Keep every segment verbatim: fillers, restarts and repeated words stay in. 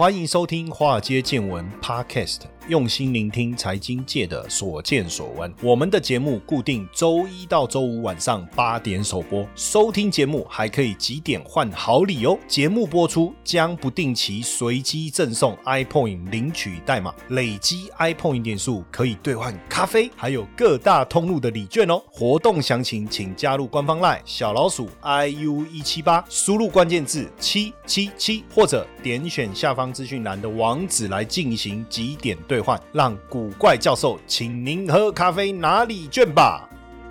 欢迎收听华尔街见闻 Podcast， 用心聆听财经界的所见所闻。我们的节目固定周一到周五晚上八点首播，收听节目还可以集点换好礼哦。节目播出将不定期随机赠送 iPoint 领取代码，累积 iPoint 点数可以兑换咖啡，还有各大通路的礼券哦。活动详情请加入官方 LINE 小老鼠 I U 一七八， 输入关键字七七七，或者点选下方资讯栏的网址来进行集点兑换，让古怪教授请您喝咖啡拿礼券吧。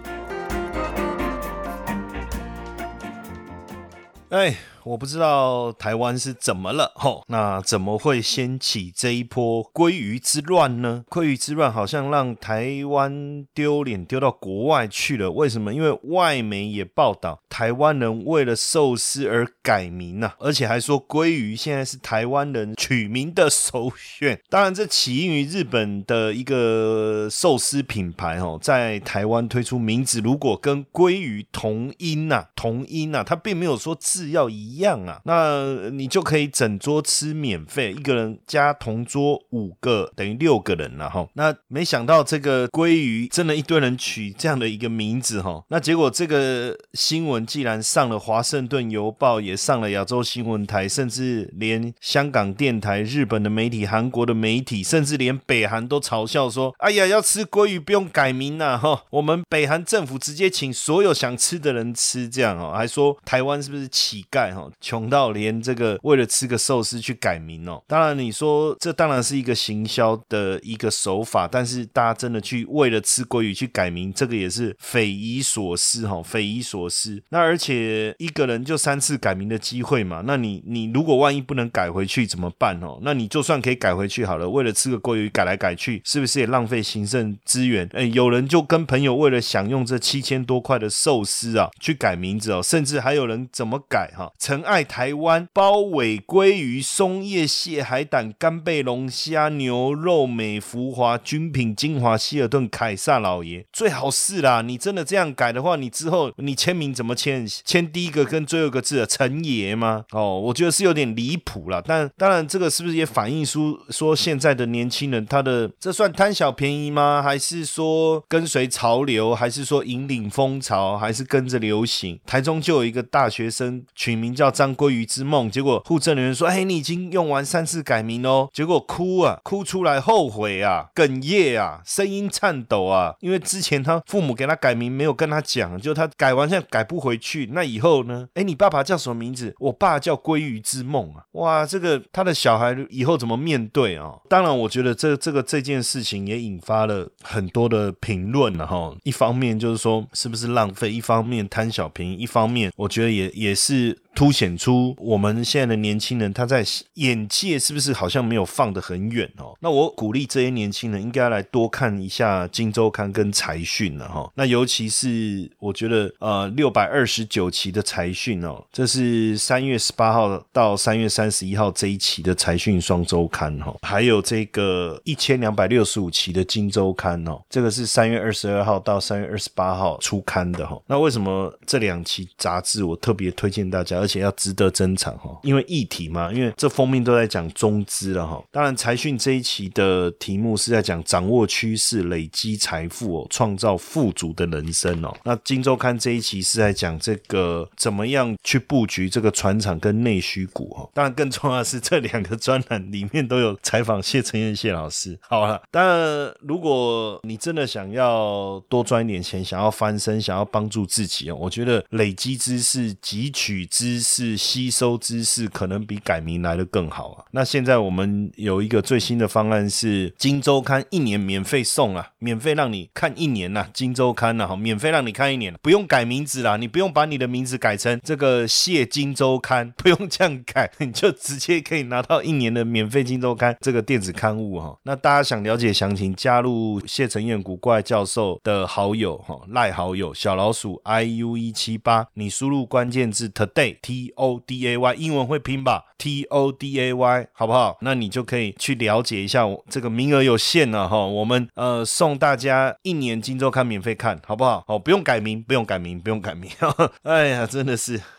哎，我不知道台湾是怎么了、哦、那怎么会掀起这一波鲑鱼之乱呢？鲑鱼之乱好像让台湾丢脸丢到国外去了。为什么？因为外媒也报道台湾人为了寿司而改名啊，而且还说鲑鱼现在是台湾人取名的首选。当然这起因于日本的一个寿司品牌、哦、在台湾推出名字如果跟鲑鱼同音啊同音啊，它并没有说字要一样啊，那你就可以整桌吃免费，一个人加同桌五个等于六个人了齁。那没想到这个鲑鱼真的一堆人取这样的一个名字齁，那结果这个新闻既然上了华盛顿邮报，也上了亚洲新闻台，甚至连香港电台、日本的媒体、韩国的媒体，甚至连北韩都嘲笑说，哎呀，要吃鲑鱼不用改名啊齁，我们北韩政府直接请所有想吃的人吃，这样齁，还说台湾是不是乞丐齁，穷到连这个为了吃个寿司去改名哦。当然你说这当然是一个行销的一个手法，但是大家真的去为了吃鲑鱼去改名，这个也是匪夷所思齁，匪夷所思。那而且一个人就三次改名的机会嘛，那你你如果万一不能改回去怎么办哦？那你就算可以改回去好了，为了吃个鲑鱼改来改去，是不是也浪费行政资源？哎，有人就跟朋友为了享用这七千多块的寿司啊，去改名字哦，甚至还有人怎么改哈？陈爱台湾包尾鲑鱼、松叶蟹、海胆、干贝龙虾、牛肉、美孚华、军品、金华、希尔顿、凯撒老爷，最好是啦，你真的这样改的话，你之后你签名怎么签？签第一个跟最后一个字的陈爷吗？哦，我觉得是有点离谱啦。但当然这个是不是也反映出说现在的年轻人他的这算贪小便宜吗？还是说跟随潮流？还是说引领风潮？还是跟着流行？台中就有一个大学生取名叫张鲑鱼之梦，结果户政人员说，哎，你已经用完三次改名哦，结果哭啊，哭出来后悔啊，哽咽啊，声音颤抖啊，因为之前他父母给他改名没有跟他讲，就他改完现在改不回去，那以后呢？哎，你爸爸叫什么名字？我爸叫鲑鱼之梦啊，哇，这个他的小孩以后怎么面对啊？当然我觉得这这个这件事情也引发了很多的评论了哈，一方面就是说是不是浪费，一方面贪小便宜，一方面我觉得也也是凸显出我们现在的年轻人他在眼界是不是好像没有放得很远哦？那我鼓励这些年轻人应该来多看一下今周刊跟财讯了哈。那尤其是我觉得呃六百二十九期的财讯哦，这是三月十八号到三月三十一号这一期的财讯双周刊哈，还有这个一千两百六十五期的今周刊哦，这个是三月二十二号到三月二十八号出刊的哈。那为什么这两期杂志我特别推荐大家？而且要值得珍藏齁，因为议题嘛，因为这封面都在讲中资了齁。当然财讯这一期的题目是在讲掌握趋势、累积财富哦，创造富足的人生哦。那今周刊这一期是在讲这个怎么样去布局这个传产跟内需股哦。当然更重要的是这两个专栏里面都有采访谢承彦谢老师。好了，当然如果你真的想要多赚一点钱，想要翻身，想要帮助自己哦，我觉得累积知识、汲取知识知识吸收知识可能比改名来得更好啊。那现在我们有一个最新的方案是今周刊一年免费送啊，免费让你看一年啊，今周刊啊，免费让你看一年，不用改名字啦，你不用把你的名字改成这个谢今周刊，不用这样改，你就直接可以拿到一年的免费今周刊这个电子刊物哈。那大家想了解详情，加入谢承彦古怪教授的好友哈，赖好友小老鼠 I U 一七八，你输入关键字 today T O D A Y， 英文会拼吧 T O D A Y， 好不好？那你就可以去了解一下，这个名额有限了齁，我们呃送大家一年今周刊免费看，好不好？哦，不用改名，不用改名，不用改名。哎呀，真的是，哎。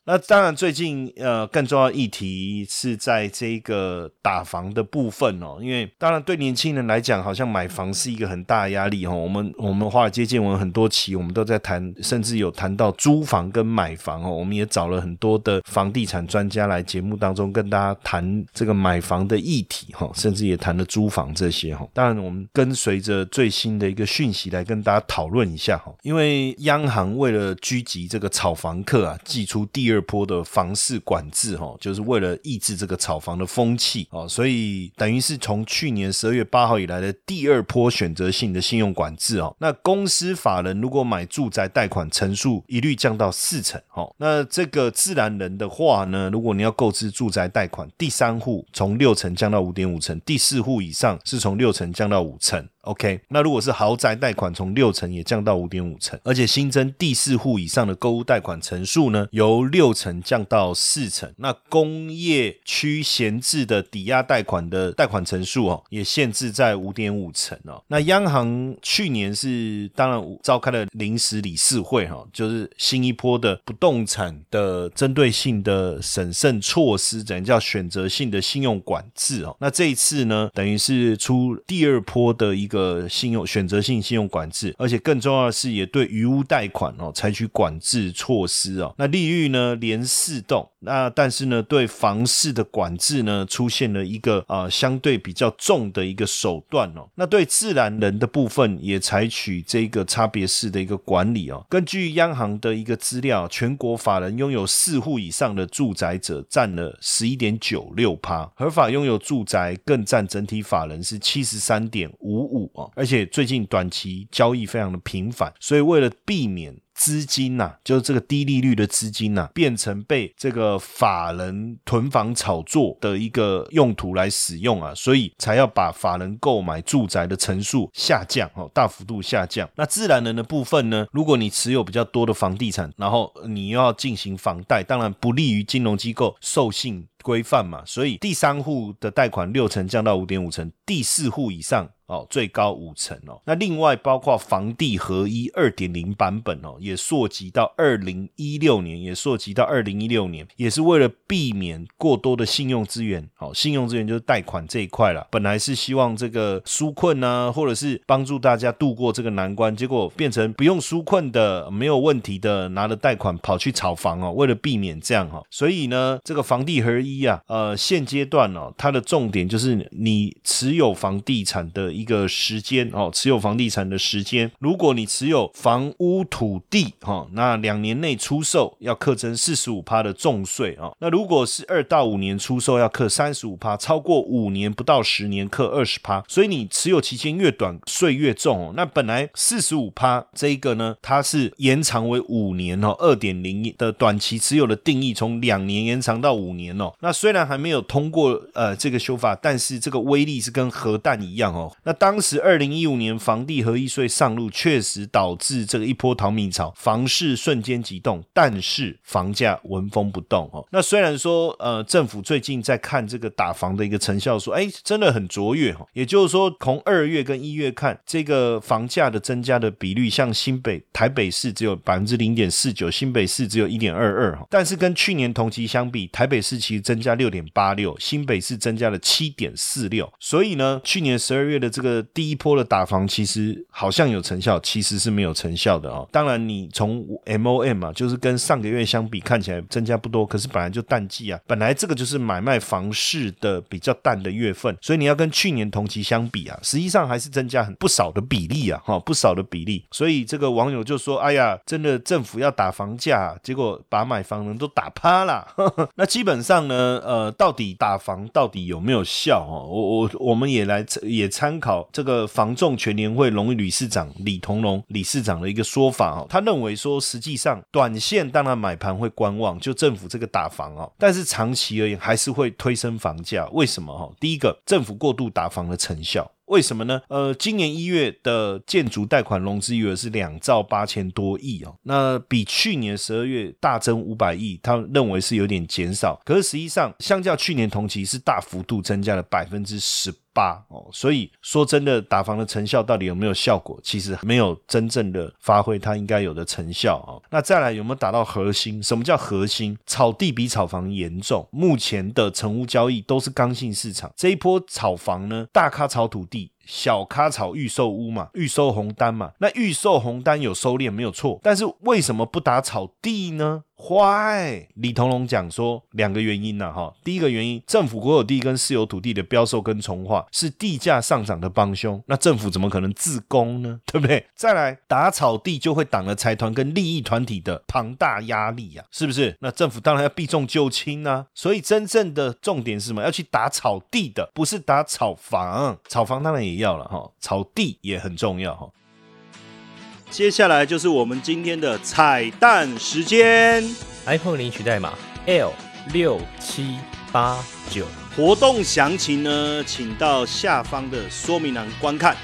那当然最近呃更重要的议题是在这个打房的部分哦，因为当然对年轻人来讲好像买房是一个很大的压力哦。我们我们华尔街见闻很多期我们都在谈，甚至有谈到租房跟买房哦，我们也找了很多的房地产专家来节目当中跟大家谈这个买房的议题哈，甚至也谈了租房这些哈。当然我们跟随着最新的一个讯息来跟大家讨论一下哈，因为央行为了狙击这个炒房客啊，祭出第二波的房市管制哈，就是为了抑制这个炒房的风气哦，所以等于是从去年十二月八号以来的第二波选择性的信用管制哦。那公司法人如果买住宅贷款成数一律降到四成哦，那这个自然人的话呢，如果你要购置住宅贷款，第三户从六成降到 五点五成，第四户以上是从六成降到五成。OK， 那如果是豪宅贷款从六成也降到 五点五成，而且新增第四户以上的购物贷款成数呢，由六成降到四成。那工业区闲置的抵押贷款的贷款成数哦，也限制在 五点五成哦。那央行去年是当然召开了临时理事会哈，就是新一波的不动产的针对性的审慎措施，等于叫选择性的信用管制哦。那这一次呢，等于是出第二波的一个个信用选择性信用管制，而且更重要的是也对余屋贷款哦采取管制措施哦。那利率呢连四动，那但是呢对房市的管制呢出现了一个呃相对比较重的一个手段哦。那对自然人的部分也采取这个差别式的一个管理哦。根据央行的一个资料，全国法人拥有四户以上的住宅者占了 百分之十一点九六， 合法拥有住宅更占整体法人是 七十三点五五。而且最近短期交易非常的频繁，所以为了避免资金啊，就是这个低利率的资金啊，变成被这个法人囤房炒作的一个用途来使用啊，所以才要把法人购买住宅的成数下降哦，大幅度下降。那自然人的部分呢，如果你持有比较多的房地产，然后你又要进行房贷，当然不利于金融机构授信规范嘛，所以第三户的贷款六成降到 五点五成，第四户以上哦，最高五成哦。那另外包括房地合一 二点零 版本哦，也溯及到二零一六年，也溯及到二零一六年，也是为了避免过多的信用资源。好、哦，信用资源就是贷款这一块啦，本来是希望这个纾困啊，或者是帮助大家度过这个难关，结果变成不用纾困的，没有问题的，拿了贷款跑去炒房哦，为了避免这样哦，所以呢，这个房地合一啊，呃，现阶段哦，它的重点就是你持有房地产的一个时间哦，持有房地产的时间，如果你持有房屋土地哦，那两年内出售要课征 百分之四十五 的重税哦，那如果是二到五年出售要课 百分之三十五， 超过五年不到十年课 百分之二十， 所以你持有期间越短税越重哦。那本来 百分之四十五 这一个呢，它是延长为五年哦， 二点零 的短期持有的定义从两年延长到五年哦。那虽然还没有通过呃这个修法，但是这个威力是跟核弹一样哦。那当时二零一五年房地合一税上路，确实导致这个一波逃命潮，房市瞬间急动，但是房价纹风不动哦。那虽然说呃政府最近在看这个打房的一个成效，说哎真的很卓越哦，也就是说从二月跟一月看，这个房价的增加的比率，像新北台北市只有 百分之零点四九， 新北市只有 一点二二， 但是跟去年同期相比，台北市其实增加 六点八六， 新北市增加了 七点四六， 所以呢去年十二月的这个第一波的打房其实好像有成效，其实是没有成效的哦。当然你从 M O M 啊，就是跟上个月相比看起来增加不多，可是本来就淡季啊，本来这个就是买卖房市的比较淡的月份，所以你要跟去年同期相比啊，实际上还是增加很不少的比例啊，不少的比例。所以这个网友就说哎呀真的政府要打房价，结果把买房人都打趴啦那基本上呢呃，到底打房到底有没有效哦？我我我们也来也参考这个房仲全联会荣誉理事长李同荣理事长的一个说法哦，他认为说实际上短线当然买盘会观望，就政府这个打房哦，但是长期而言还是会推升房价。为什么哦？第一个，政府过度打房的成效。为什么呢？呃，今年一月的建筑贷款融资余额是两兆八千多亿哦，那比去年十二月大增五百亿，他认为是有点减少，可是实际上相较去年同期是大幅度增加了 百分之十八。 八、哦、所以说真的打房的成效到底有没有效果，其实没有真正的发挥它应该有的成效、哦、那再来有没有打到核心？什么叫核心？炒地比炒房严重，目前的成屋交易都是刚性市场，这一波炒房呢，大咖炒土地，小咖炒预售屋嘛，预售红单嘛，那预售红单有收敛没有错，但是为什么不打炒地呢？坏，李同龙讲说两个原因、啊、第一个原因，政府国有地跟私有土地的标售跟重划是地价上涨的帮凶，那政府怎么可能自供呢？对不对？再来，打炒地就会挡了财团跟利益团体的庞大压力啊，是不是？那政府当然要避重就轻啊，所以真正的重点是什么？要去打炒地的，不是打炒房。炒房当然也要了，炒地也很重要。接下来就是我们今天的彩蛋时间 ，iPhone 领取代码 L 六七八九， 活动详情呢，请到下方的说明栏观看。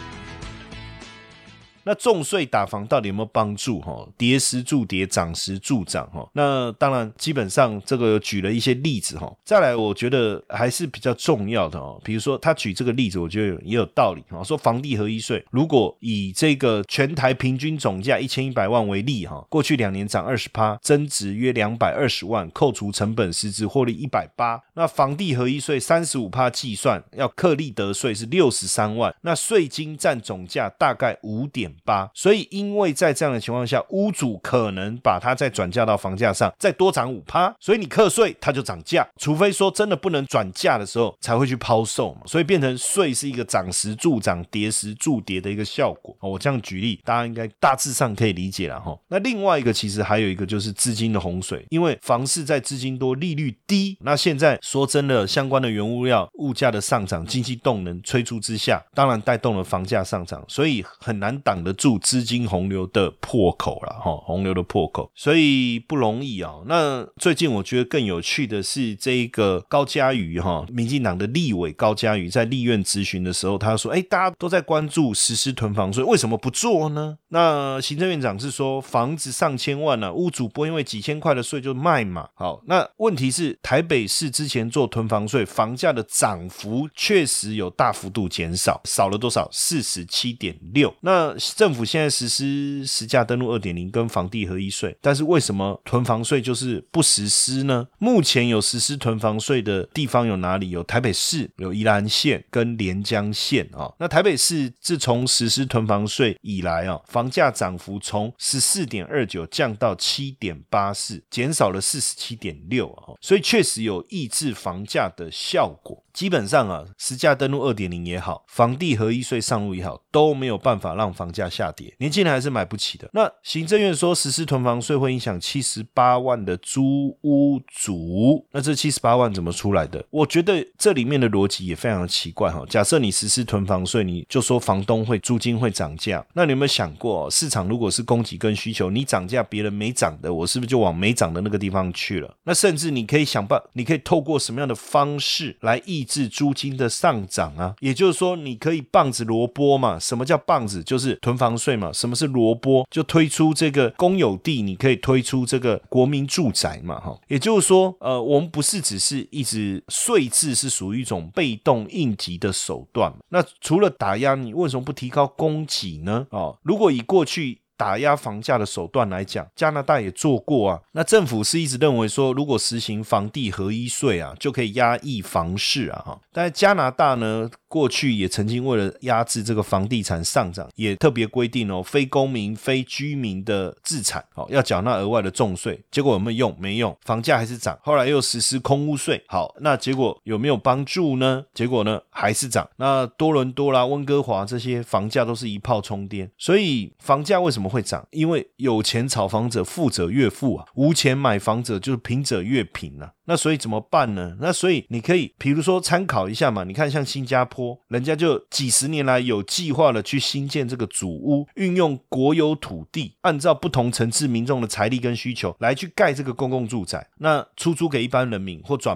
那重税打房到底有没有帮助？跌时助跌，涨时助涨。那当然基本上这个举了一些例子。再来我觉得还是比较重要的，比如说他举这个例子我觉得也有道理，说房地合一税如果以这个全台平均总价一千一百万为例，过去两年涨 百分之二十， 增值约两百二十万，扣除成本实质获利一百八十，那房地合一税 百分之三十五 计算要课利得税是六十三万，那税金占总价大概 五点八， 所以因为在这样的情况下，屋主可能把它再转嫁到房价上再多涨 百分之五， 所以你课税它就涨价，除非说真的不能转嫁的时候才会去抛售嘛，所以变成税是一个涨时助涨跌时助跌的一个效果。我这样举例大家应该大致上可以理解啦。那另外一个其实还有一个就是资金的洪水，因为房市在资金多利率低，那现在说真的相关的原物料物价的上涨，经济动能催促之下，当然带动了房价上涨，所以很难挡得住资金洪流的破口啦，洪流的破口，所以不容易啊。那最近我觉得更有趣的是这一个高嘉瑜，民进党的立委高嘉瑜在立院质询的时候，他说：“哎，大家都在关注实施囤房税，为什么不做呢？”那行政院长是说，房子上千万啊，屋主不会因为几千块的税就卖嘛。好，那问题是台北市之前做囤房税，房价的涨幅确实有大幅度减少，少了多少？ 百分之四十七点六。那政府现在实施实价登录 二点零 跟房地合一税，但是为什么囤房税就是不实施呢？目前有实施囤房税的地方有哪里？有台北市，有宜兰县跟连江县、哦、那台北市自从实施囤房税以来、哦、房价涨幅从 十四点二九 降到 七点八四， 减少了 百分之四十七点六、哦、所以确实有抑制房价的效果。基本上啊，实价登录 二点零 也好，房地合一税上路也好，都没有办法让房价下跌，年轻人还是买不起的。那行政院说实施囤房税会影响七十八万的租屋族，那这七十八万怎么出来的？我觉得这里面的逻辑也非常的奇怪。假设你实施囤房税，你就说房东会租金会涨价，那你有没有想过，市场如果是供给跟需求，你涨价别人没涨的，我是不是就往没涨的那个地方去了？那甚至你可以想办法，你可以透过什么样的方式来抑制租金的上涨啊？也就是说你可以棒子萝卜嘛。什么叫棒子？就是囤房税嘛。什么是萝卜？就推出这个公有地，你可以推出这个国民住宅嘛。也就是说呃，我们不是只是一直税制是属于一种被动应急的手段，那除了打压，你为什么不提高供给呢？哦，如果以过去打压房价的手段来讲，加拿大也做过啊。那政府是一直认为说，如果实行房地合一税啊，就可以压抑房市啊。但是加拿大呢，过去也曾经为了压制这个房地产上涨，也特别规定哦，非公民、非居民的自产哦，要缴纳额外的重税。结果有没有用？没用，房价还是涨。后来又实施空屋税，好，那结果有没有帮助呢？结果呢，还是涨。那多伦多啦、温哥华这些房价都是一炮冲天。所以房价为什么会涨？因为有钱炒房者富者越富啊，无钱买房者就是贫者越贫啊。那所以怎么办呢？那所以你可以比如说参考一下嘛，你看像新加坡，人家就几十年来有计划的去新建这个组屋，运用国有土地，按照不同层次民众的财力跟需求来去盖这个公共住宅，那出租给一般人民或转卖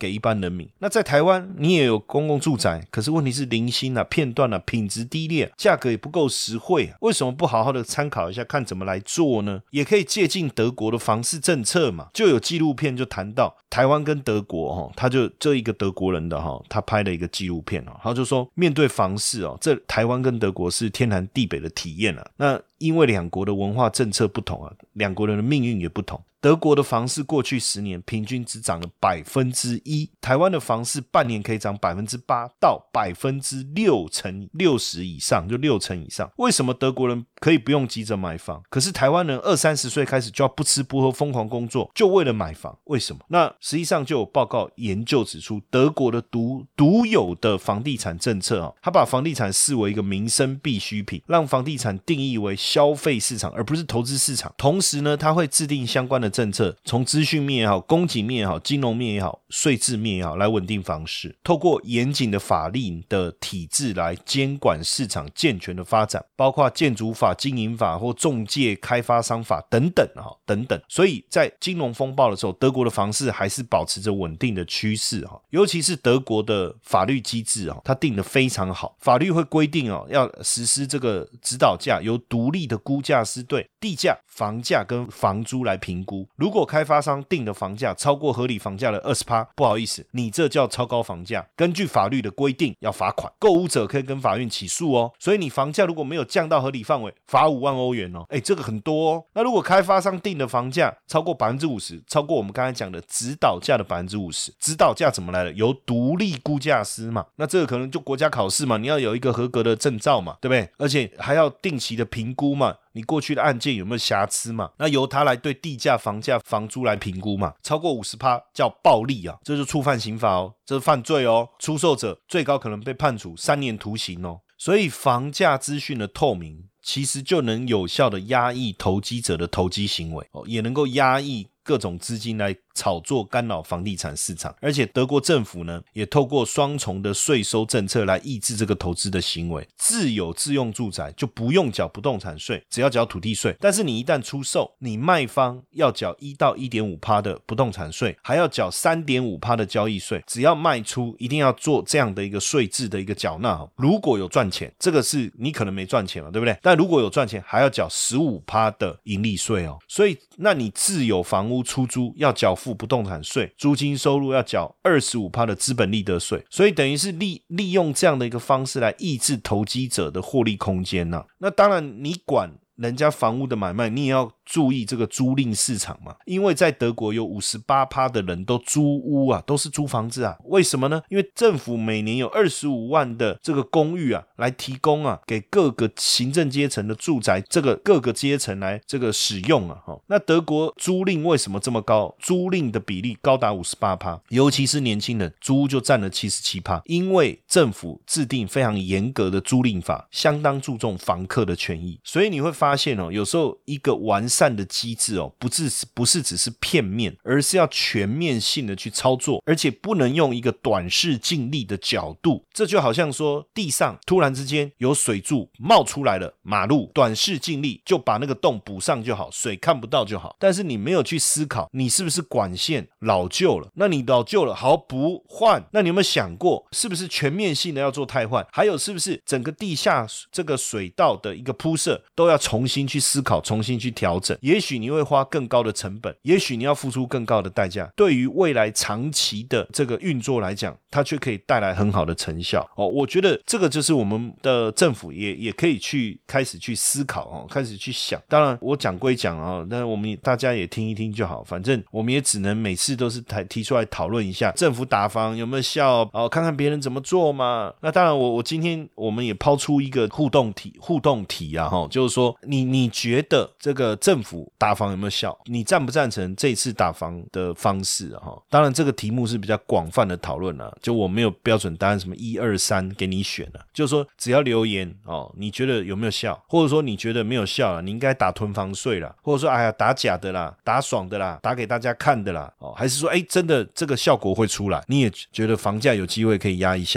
给一般人民。那在台湾你也有公共住宅，可是问题是零星啊、片段啊、品质低劣、啊、价格也不够实惠啊，为什么不好好的参考一下看怎么来做呢？也可以借鉴德国的房市政策嘛。就有纪录片就谈到台湾跟德国、哦、他就这一个德国人的、哦、他拍了一个纪录片、哦、他就说面对房市、哦、这台湾跟德国是天南地北的体验啊。那因为两国的文化政策不同啊，两国人的命运也不同。德国的房市过去十年平均只涨了百分之一，台湾的房市半年可以涨百分之八到百分之六成六十以上，就六成以上。为什么德国人可以不用急着买房，可是台湾人二三十岁开始就要不吃不喝疯狂工作，就为了买房？为什么？那实际上就有报告研究指出，德国的独独有的房地产政策啊，他把房地产视为一个民生必需品，让房地产定义为消费市场而不是投资市场。同时呢，他会制定相关的政策，从资讯面也好、供给面也好、金融面也好、税制面也好来稳定房市，透过严谨的法令的体制来监管市场健全的发展，包括建筑法、经营法或中介开发商法等等等等。所以在金融风暴的时候，德国的房市还是保持着稳定的趋势，尤其是德国的法律机制它定得非常好，法律会规定要实施这个指导价，由独立的估价师对地价、房价跟房租来评估。如果开发商定的房价超过合理房价的 百分之二十， 不好意思，你这叫超高房价，根据法律的规定要罚款，购屋者可以跟法院起诉哦。所以你房价如果没有降到合理范围，罚五万欧元哦。诶，这个很多哦。那如果开发商定的房价超过 百分之五十， 超过我们刚才讲的指导价的 百分之五十， 指导价怎么来的？由独立估价师嘛，那这个可能就国家考试嘛，你要有一个合格的证照嘛，对不对？而且还要定期的评估嘛，你过去的案件有没有瑕疵嘛？那由他来对地价、房价、房租来评估嘛。超过 百分之五十 叫暴利啊，这就触犯刑法哦，这是犯罪哦。出售者最高可能被判处三年徒刑哦。所以房价资讯的透明，其实就能有效的压抑投机者的投机行为，也能够压抑各种资金来炒作干扰房地产市场。而且德国政府呢，也透过双重的税收政策来抑制这个投资的行为。自有自用住宅就不用缴不动产税，只要缴土地税。但是你一旦出售，你卖方要缴 百分之一到一点五 的不动产税，还要缴 百分之三点五 的交易税。只要卖出一定要做这样的一个税制的一个缴纳。如果有赚钱，这个是你可能没赚钱嘛，对不对？但如果有赚钱，还要缴 百分之十五 的盈利税哦。所以那你自有房屋出租要缴付不动产税，租金收入要缴 百分之二十五 的资本利得税。所以等于是 利, 利用这样的一个方式来抑制投机者的获利空间啊。那当然你管人家房屋的买卖，你也要注意这个租赁市场嘛。因为在德国有 百分之五十八 的人都租屋啊，都是租房子啊。为什么呢？因为政府每年有二十五万的这个公寓啊，来提供啊给各个行政阶层的住宅，这个各个阶层来这个使用啊。那德国租赁为什么这么高？租赁的比例高达 百分之五十八， 尤其是年轻人，租屋就占了 百分之七十七。 因为政府制定非常严格的租赁法，相当注重房客的权益。所以你会发现哦，有时候一个完善的机制哦，不是不是只是片面，而是要全面性的去操作，而且不能用一个短视近利的角度。这就好像说地上突然之间有水柱冒出来了，马路短视近利就把那个洞补上就好，水看不到就好。但是你没有去思考，你是不是管线老旧了？那你老旧了，好补换。那你有没有想过，是不是全面性的要做汰换？还有是不是整个地下这个水道的一个铺设都要重新去思考，重新去调整？也许你会花更高的成本，也许你要付出更高的代价，对于未来长期的这个运作来讲，它却可以带来很好的成效哦。我觉得这个就是我们的政府也也可以去开始去思考哦，开始去想。当然我讲归讲哦，但我们大家也听一听就好，反正我们也只能每次都是提出来讨论一下政府打房有没有效哦，看看别人怎么做嘛。那当然我我今天我们也抛出一个互动题互动题啊，就是说你你觉得这个政府打房有没有效？你赞不赞成这次打房的方式啊？当然这个题目是比较广泛的讨论啊，就我没有标准答案，什么一二三给你选啊，就是说只要留言哦，你觉得有没有效？或者说你觉得没有效啦，你应该打囤房税啦，或者说哎呀打假的啦，打爽的啦，打给大家看的啦，哦，还是说哎真的这个效果会出来，你也觉得房价有机会可以压抑下来？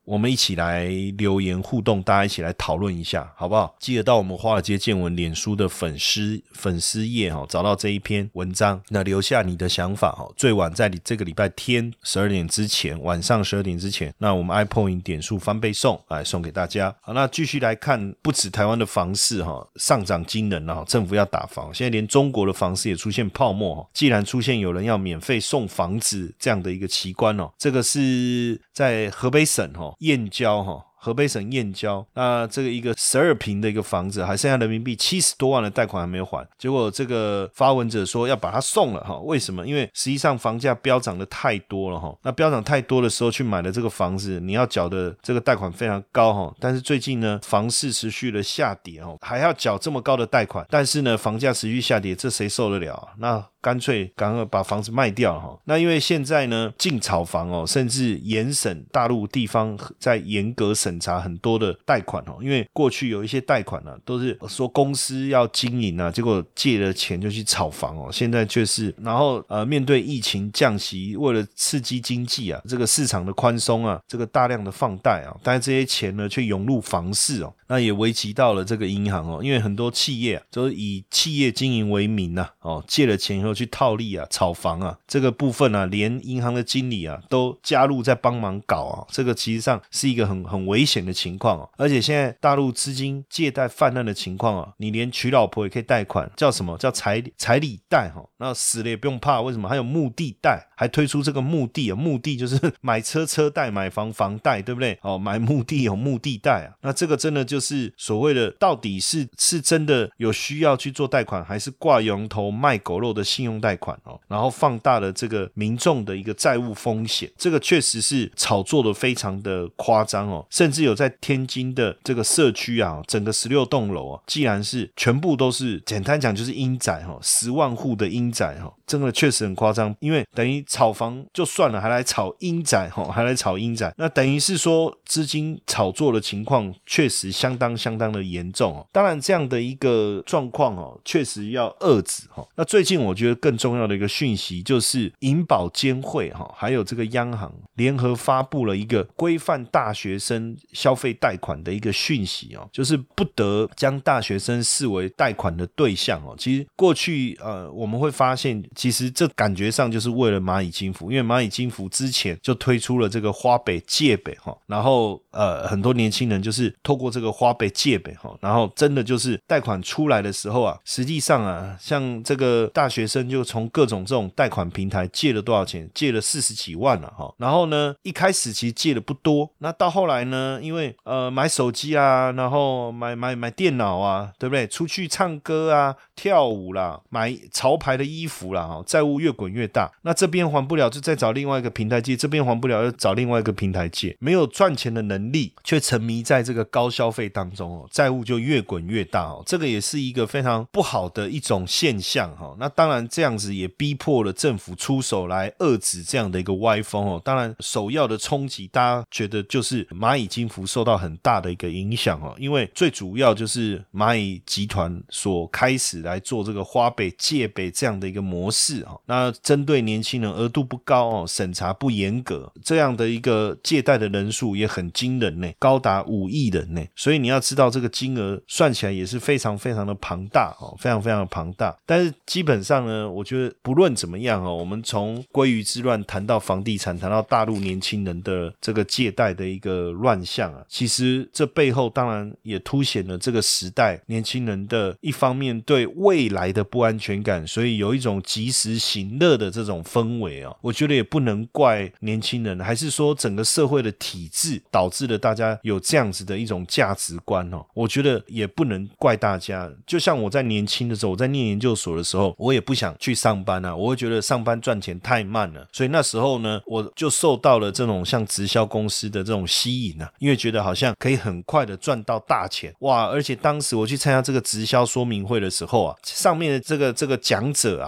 我们一起来留言互动，大家一起来讨论一下好不好？记得到我们华尔街见闻脸书的粉丝粉丝页、哦、找到这一篇文章，那留下你的想法、哦、最晚在这个礼拜天十二点之前，晚上十二点之前，那我们 iPoint 点数翻倍送来送给大家。好，那继续来看，不止台湾的房市、哦、上涨惊人、哦、政府要打房，现在连中国的房市也出现泡沫、哦、既然出现有人要免费送房子这样的一个奇观、哦、这个是在河北省、哦、燕郊、哦河北省燕郊，那这个一个十二坪的一个房子，还剩下人民币七十多万的贷款还没有还，结果这个发文者说要把它送了哈，为什么？因为实际上房价飙涨的太多了哈，那飙涨太多的时候去买了这个房子，你要缴的这个贷款非常高哈，但是最近呢，房市持续的下跌哈，还要缴这么高的贷款，但是呢，房价持续下跌，这谁受得了啊？那干脆赶快把房子卖掉了哈。那因为现在呢，禁炒房哦，甚至严审大陆地方在严格审查很多的贷款哦。因为过去有一些贷款啊，都是说公司要经营啊，结果借了钱就去炒房哦。现在却是，然后呃，面对疫情降息，为了刺激经济啊，这个市场的宽松啊，这个大量的放贷啊，但是这些钱呢，却涌入房市哦。那也危及到了这个银行哦，因为很多企业啊，都是以企业经营为名啊，哦，借了钱以后去套利啊、炒房啊，这个部分啊，连银行的经理啊都加入在帮忙搞啊，这个其实上是一个很很危险的情况哦。而且现在大陆资金借贷泛滥的情况啊，你连娶老婆也可以贷款，叫什么叫彩彩礼贷哈、哦？那死了也不用怕，为什么？还有目的贷，还推出这个目的啊，目的就是买车车贷、买房房贷，对不对？哦，买目的有目的贷啊，那这个真的就。就是所谓的到底是是真的有需要去做贷款，还是挂羊头卖狗肉的信用贷款哦？然后放大了这个民众的一个债务风险，这个确实是炒作的非常的夸张哦，甚至有在天津的这个社区啊，整个十六栋楼啊，既然是全部都是简单讲就是阴宅哈、哦，十万户的阴宅哈、哦，真的确实很夸张，因为等于炒房就算了，还来炒阴宅哈、哦，还来炒阴宅，那等于是说资金炒作的情况确实相当相当的严重哦。当然这样的一个状况哦，确实要遏制哦。那最近我觉得更重要的一个讯息就是银保监会哈、哦，还有这个央行联合发布了一个规范大学生消费贷款的一个讯息哦，就是不得将大学生视为贷款的对象哦。其实过去呃我们会发现，其实这感觉上就是为了蚂蚁金服，因为蚂蚁金服之前就推出了这个花北借北哈、哦，然后呃很多年轻人就是透过这个花北借北哈，然后真的就是贷款出来的时候啊，实际上啊，像这个大学生就从各种这种贷款平台借了多少钱？借了四十几万了哈。然后呢，一开始其实借的不多，那到后来呢，因为呃买手机啊，然后买买买电脑啊，对不对？出去唱歌啊、跳舞啦，买潮牌的衣服啦，哈，债务越滚越大。那这边还不了，就再找另外一个平台借；这边还不了，又找另外一个平台借。没有赚钱的能力，却沉迷在这个高消费当中哦，债务就越滚越大哦。这个也是一个非常不好的一种现象哈。那当然这样子也逼迫了政府出手来遏制这样的一个歪风哦。当然首要的冲击，大家觉得就是蚂蚁金服受到很大的一个影响哦，因为最主要就是蚂蚁集团所开始来做这个花北借北这样的一个模式哦。那针对年轻人额度不高哦，审查不严格，这样的一个借贷的人数也很惊人呢，高达五亿人呢。所以你要知道这个金额算起来也是非常非常的庞大哦，非常非常的庞大。但是基本上呢，我觉得不论怎么样哦，我们从鲑鱼之乱谈到房地产，谈到大陆年轻人的这个借贷的一个乱象啊，其实这背后当然也凸显了这个时代年轻人的一方面对未来的不安全感，所以有一种及时行乐的这种氛围哦。我觉得也不能怪年轻人，还是说整个社会的体制导致了大家有这样子的一种价值观哦。我觉得也不能怪大家，就像我在年轻的时候，我在念研究所的时候，我也不想去上班啊，我会觉得上班赚钱太慢了，所以那时候呢，我就受到了这种像直销公司的这种吸引啊，因为觉得好像可以很快的赚到大钱哇！而且当时我去参加这个直销说明会的时候啊，上面的这个这个讲者啊，就是这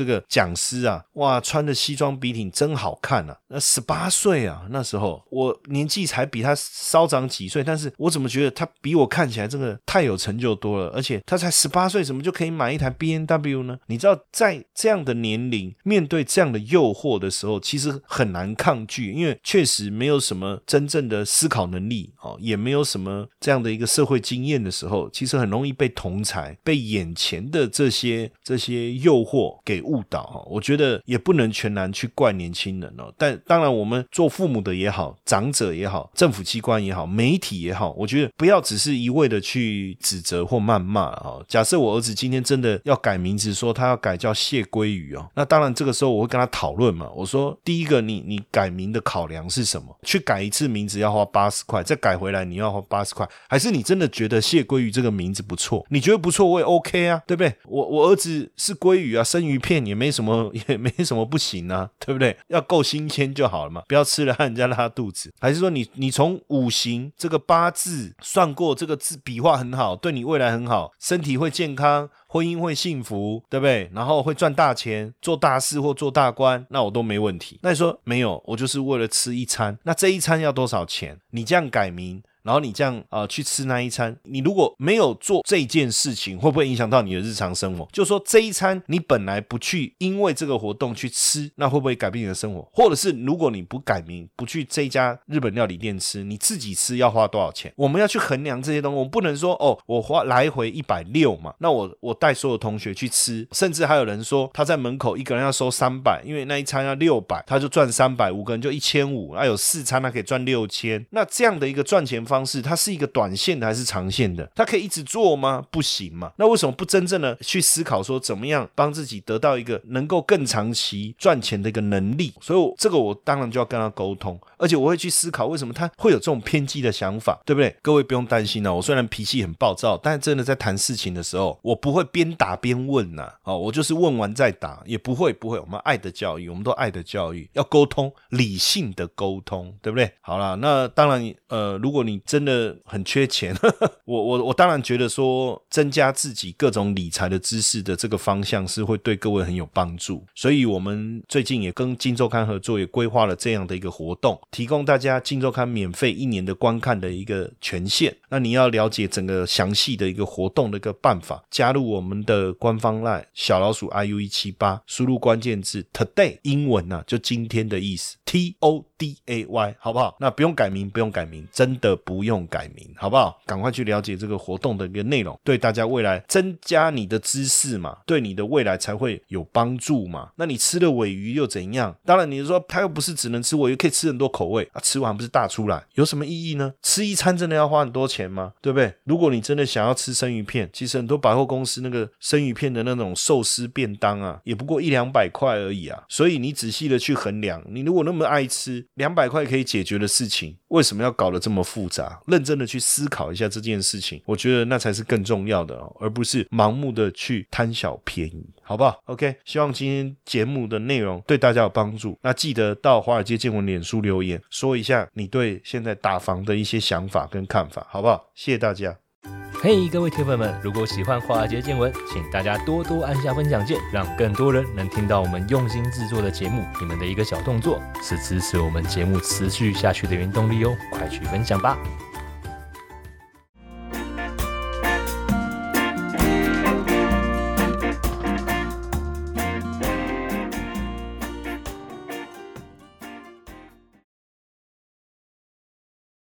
这个讲师啊，哇，穿的西装笔挺真好看啊。那十八岁啊，那时候我年纪才比他稍长几岁，但是我怎么觉得他比我看起来真的太有成就多了，而且他才十八岁怎么就可以买一台 B M W 呢？你知道在这样的年龄面对这样的诱惑的时候，其实很难抗拒，因为确实没有什么真正的思考能力、哦、也没有什么这样的一个社会经验的时候，其实很容易被同侪被眼前的这些这些诱惑给误导、哦、我觉得也不能全然去怪年轻人、哦、但当然我们做父母的也好，长者也好，政府机关也好，媒体也好，我觉得不要只是一味的去指责或谩骂、哦、假设我儿子今天真的要改名字，说他要改叫谢鲑鱼、哦、那当然这个时候我会跟他讨论嘛，我说第一个你你改名的考量是什么？去改一次名字要花八十块，再改回来你要花八十块，还是你真的觉得谢鲑鱼这个名字不错？你觉得不错我也 OK 啊，对不对？我我儿子是鲑鱼啊，生鱼片也没什么也没什么不行啊，对不对？要够新鲜就好了嘛，不要吃了害人家拉肚子。还是说你你从五行这个八字算过，这个字笔画很好，对你未来很好，身体会健康，婚姻会幸福，对不对？然后会赚大钱，做大事或做大官，那我都没问题。那你说没有，我就是为了吃一餐，那这一餐要多少钱？你这样改名，然后你这样、呃、去吃那一餐，你如果没有做这件事情，会不会影响到你的日常生活？就是说这一餐你本来不去因为这个活动去吃，那会不会改变你的生活？或者是如果你不改名，不去这一家日本料理店吃，你自己吃要花多少钱？我们要去衡量这些东西，我们不能说哦，我花来回一百六嘛，那我我带所有同学去吃，甚至还有人说他在门口一个人要收三百，因为那一餐要六百，他就赚三百，五个人就一千五，那有四餐他可以赚六千。那这样的一个赚钱方式，它是一个短线的还是长线的？它可以一直做吗？不行嘛。那为什么不真正的去思考说怎么样帮自己得到一个能够更长期赚钱的一个能力？所以我这个我当然就要跟他沟通，而且我会去思考为什么他会有这种偏激的想法，对不对？各位不用担心啊，我虽然脾气很暴躁，但真的在谈事情的时候，我不会边打边问啊，哦，我就是问完再打，也不会不会，我们爱的教育，我们都爱的教育，要沟通，理性的沟通，对不对？好啦，那当然呃，如果你真的很缺钱呵呵我我我当然觉得说增加自己各种理财的知识的这个方向是会对各位很有帮助，所以我们最近也跟今周刊合作，也规划了这样的一个活动，提供大家今周刊免费一年的观看的一个权限。那你要了解整个详细的一个活动的一个办法，加入我们的官方 LINE 小老鼠 I U 一七八， 输入关键字 Today， 英文啊就今天的意思 T O D A Y， 好不好？那不用改名不用改名，真的不用改名，好不好？赶快去了解这个活动的一个内容，对大家未来增加你的知识嘛，对你的未来才会有帮助嘛。那你吃了尾鱼又怎样？当然你说它又不是只能吃尾鱼，可以吃很多口味啊，吃完不是大出来，有什么意义呢？吃一餐真的要花很多钱吗？对不对？如果你真的想要吃生鱼片，其实很多百货公司那个生鱼片的那种寿司便当啊，也不过一两百块而已啊。所以你仔细的去衡量，你如果那么爱吃，两百块可以解决的事情，为什么要搞得这么复杂？认真的去思考一下这件事情，我觉得那才是更重要的、哦、而不是盲目的去贪小便宜，好不好 ？OK， 希望今天节目的内容对大家有帮助。那记得到华尔街见闻脸书留言，说一下你对现在打房的一些想法跟看法，好不好？谢谢大家。 嘿、hey, 各位铁粉们，如果喜欢华尔街见闻，请大家多多按下分享键，让更多人能听到我们用心制作的节目。你们的一个小动作是支持我们节目持续下去的原动力哦，快去分享吧。